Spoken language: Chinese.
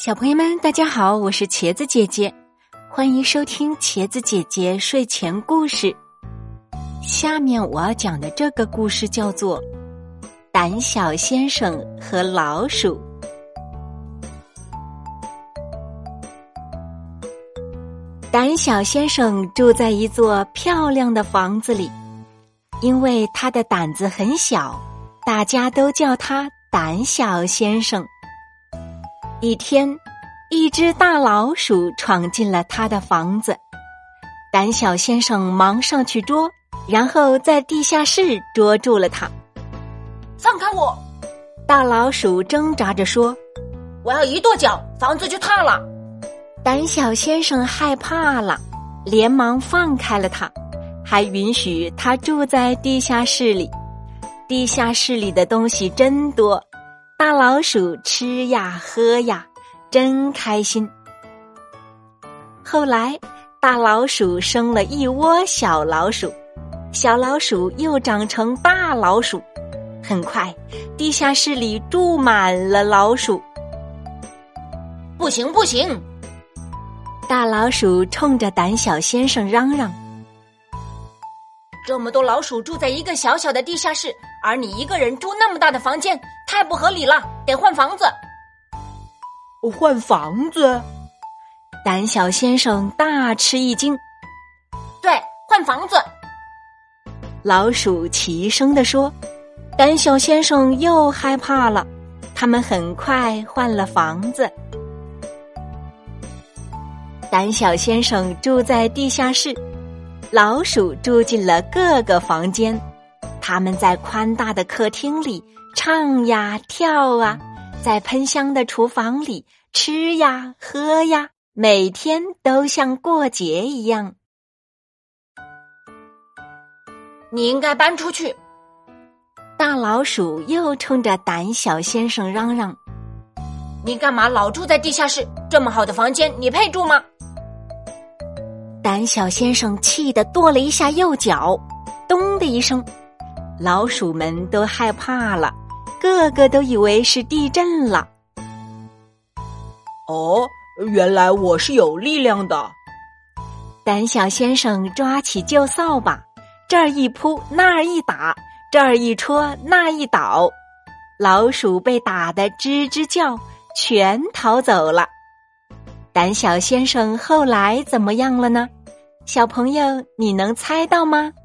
小朋友们，大家好，我是茄子姐姐，欢迎收听茄子姐姐睡前故事。下面我要讲的这个故事叫做《胆小先生和老鼠》。胆小先生住在一座漂亮的房子里，因为他的胆子很小，大家都叫他胆小先生。一天，一只大老鼠闯进了他的房子，胆小先生忙上去捉，然后在地下室捉住了他。 放开我！ 大老鼠挣扎着说：“ 我要一跺脚，房子就塌了。” 胆小先生害怕了，连忙放开了他，还允许他住在地下室里。地下室里的东西真多，大老鼠吃呀喝呀，真开心。后来，大老鼠生了一窝小老鼠，小老鼠又长成大老鼠，很快，地下室里住满了老鼠。 不行不行！ 大老鼠冲着胆小先生嚷嚷：“ 这么多老鼠住在一个小小的地下室，而你一个人住那么大的房间，太不合理了，得换房子。” 换房子？ 胆小先生大吃一惊。 对，换房子！ 老鼠齐声地说。胆小先生又害怕了，他们很快换了房子。胆小先生住在地下室，老鼠住进了各个房间。他们在宽大的客厅里唱呀跳啊，在喷香的厨房里吃呀喝呀，每天都像过节一样。 你应该搬出去！ 大老鼠又冲着胆小先生嚷嚷：“ 你干嘛老住在地下室？这么好的房间，你配住吗？” 胆小先生气得跺了一下右脚，咚的一声，老鼠们都害怕了，个个都以为是地震了。 哦，原来我是有力量的。 胆小先生抓起旧扫把，这儿一扑，那儿一打，这儿一戳，那一倒，老鼠被打得吱吱叫，全逃走了。胆小先生后来怎么样了呢？小朋友，你能猜到吗？